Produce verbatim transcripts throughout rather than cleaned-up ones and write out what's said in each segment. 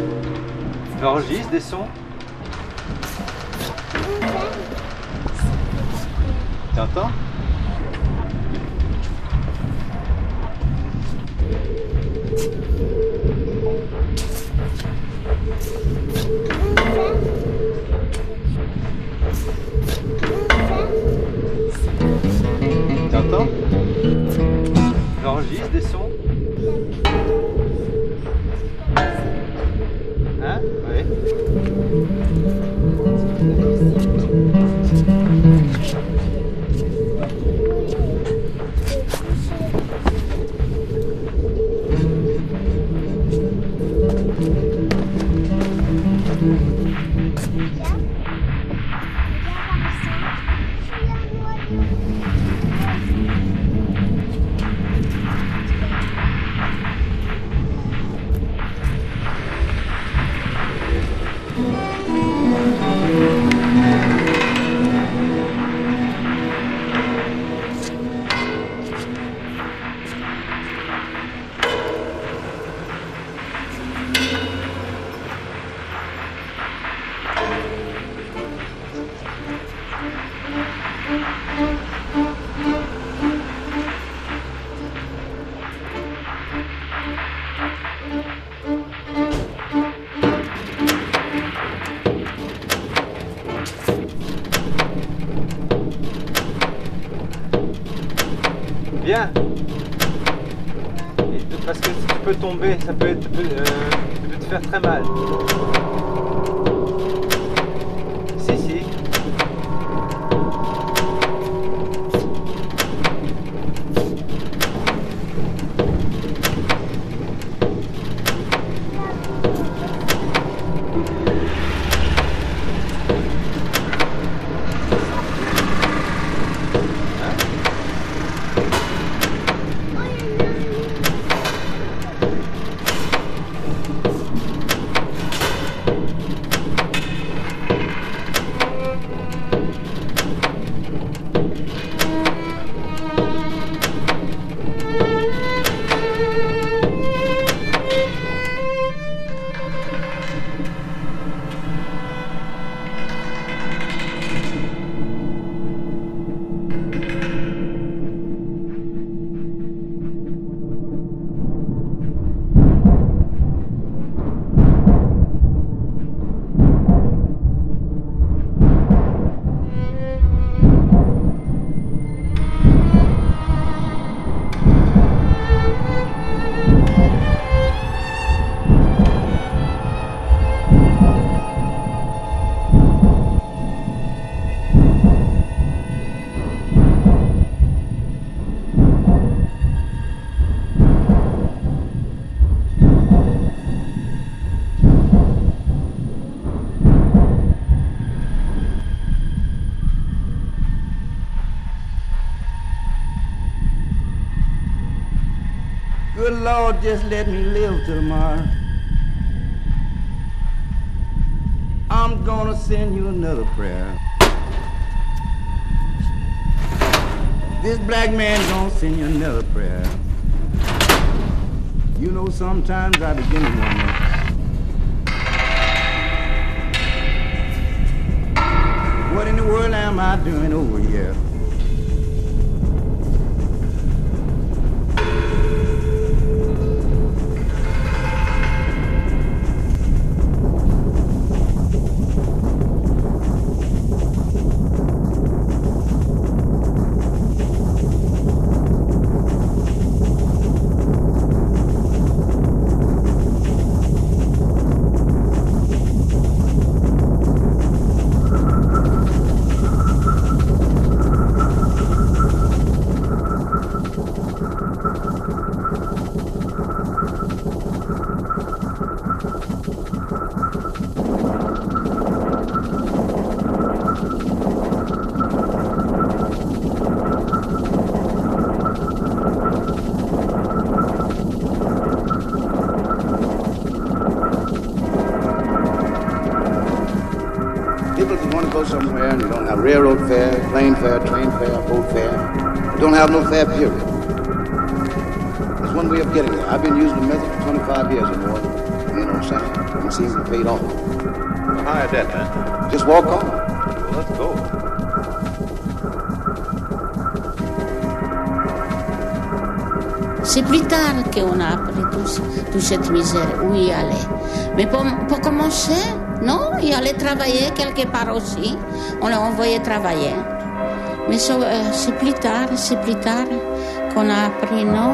Tu enregistres des sons? Tu entends? Tu entends? Tu enregistres des sons? Hein? Oui. Bien. Parce que si tu peux tomber, ça peut, être, euh, ça peut te faire très mal. Si, si. Good Lord, just let me live till tomorrow. I'm gonna send you another prayer. This black man gonna send you another prayer. You know, sometimes I begin to wonder, what in the world am I doing over here? People, if you want to go somewhere and you don't have railroad fare, plane fare, train fare, boat fare, you don't have no fare, period. There's one way of getting there. I've been using the method for twenty-five years or more. You know, don't send it. It seems to fade off. Well, how is that, man? Just walk on. Well, let's go. C'est plus tard qu'on a appris tout, toute cette misère, où y aller. Mais pour, pour commencer, non, il allait travailler quelque part aussi. On l'a envoyé travailler. Mais so, euh, c'est plus tard, c'est plus tard qu'on a appris, non,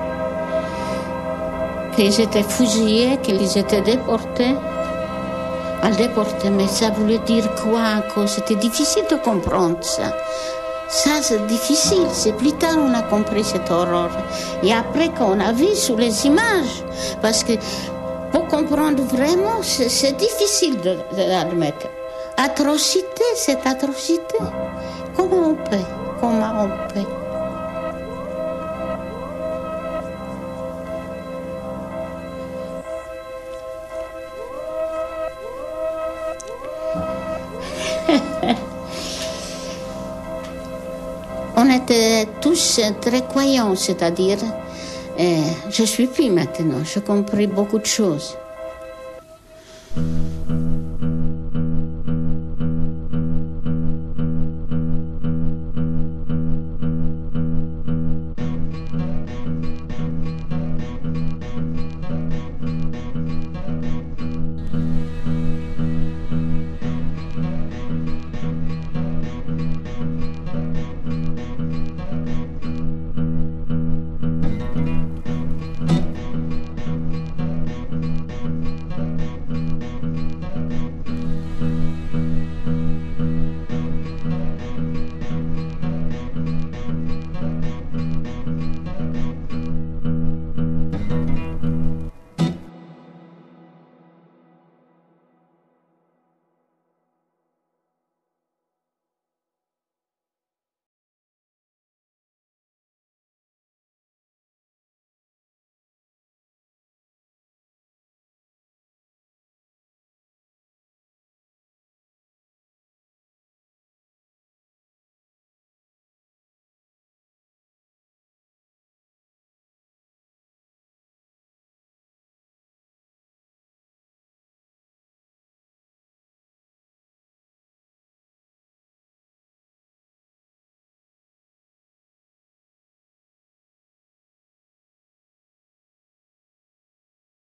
qu'ils étaient fusillés, qu'ils étaient déportés. À déporter, mais ça voulait dire quoi encore? C'était difficile de comprendre ça. Ça, c'est difficile. C'est plus tard qu'on a compris cette horreur. Et après qu'on a vu sur les images. Parce que pour comprendre vraiment, c'est, c'est difficile de, de l'admettre. Atrocité, c'est atrocité. Comment on peut? Comment on peut? On était tous très croyants, c'est-à-dire, euh, je suis plus maintenant, j'ai compris beaucoup de choses.